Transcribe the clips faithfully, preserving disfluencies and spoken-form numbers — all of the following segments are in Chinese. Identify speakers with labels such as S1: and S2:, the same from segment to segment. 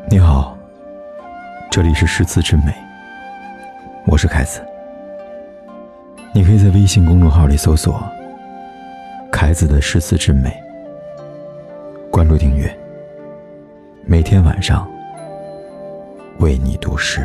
S1: 你好，这里是诗词之美，我是凯子。你可以在微信公众号里搜索凯子的诗词之美，关注订阅，每天晚上为你读诗。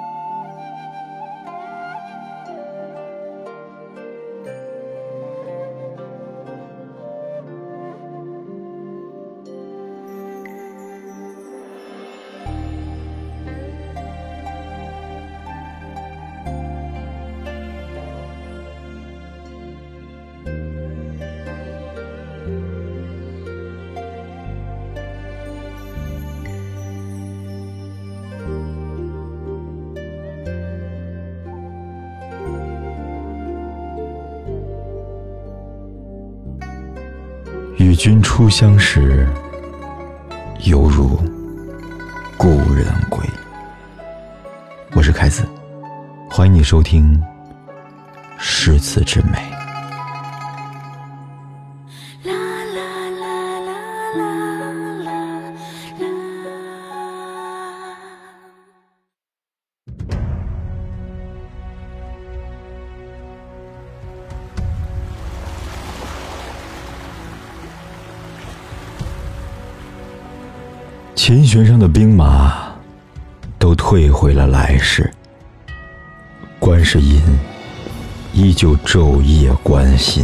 S1: 与君初相识，犹如故人归。我是凯子，欢迎你收听诗词之美。琴弦上的兵马都退回了来世，观世音依旧昼夜关心。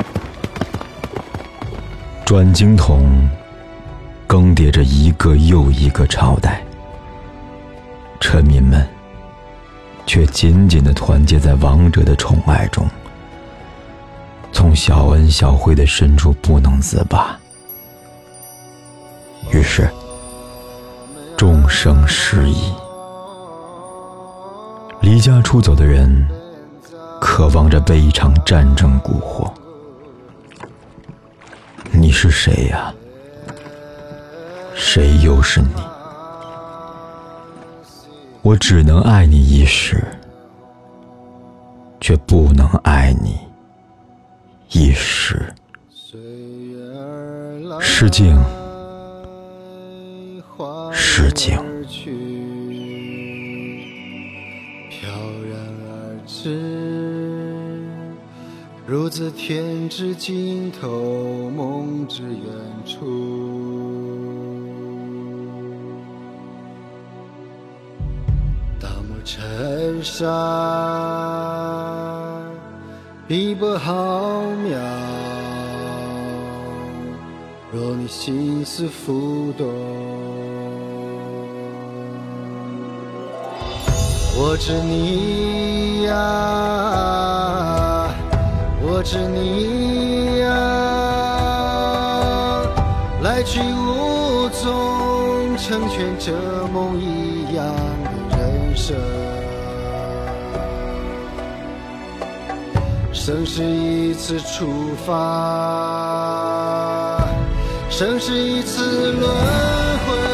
S1: 转经筒更迭着一个又一个朝代，臣民们却紧紧地团结在王者的宠爱中，从小恩小惠的深处不能自拔。于是众生失意，离家出走的人渴望着被一场战争蛊惑。你是谁呀？谁又是你？我只能爱你一时，却不能爱你一世。失敬，失敬。
S2: 飘然而至，如自天之尽头，梦之远处。大漠尘沙，碧波浩渺。若你心思浮动，我知你呀，我知你呀，来去无踪，成全这梦一样的人生。生是一次出发，生是一次轮回。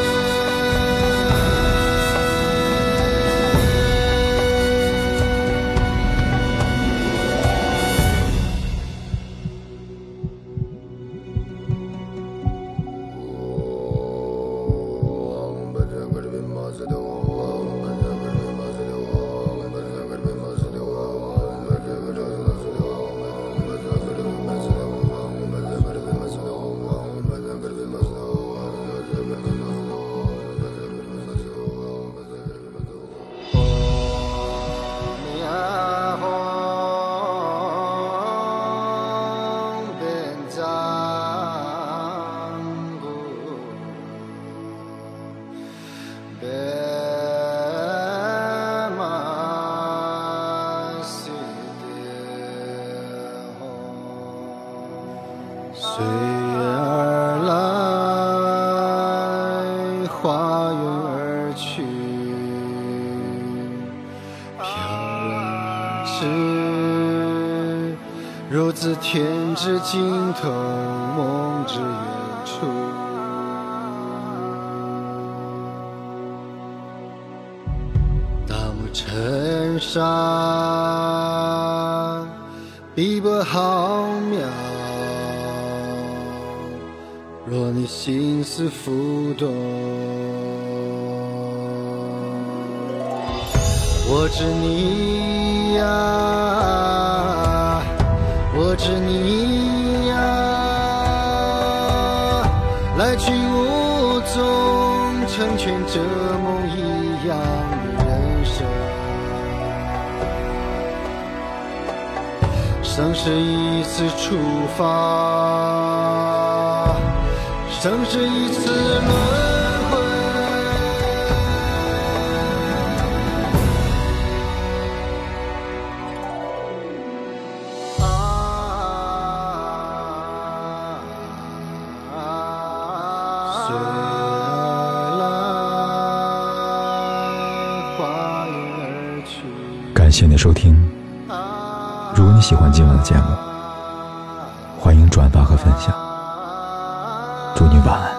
S2: 随缘而来，化云而去，飘然而至，如自天之尽头，梦之远处。大漠尘沙，碧波浩渺。若你心思浮动， 我知你呀，我知你呀，来去无踪，成全这梦一样的人生。生是一次出发，生是一次轮回。随而来，花影而去。
S1: 感谢你的收听。如果你喜欢今晚的节目，欢迎转发和分享。祝你晚安。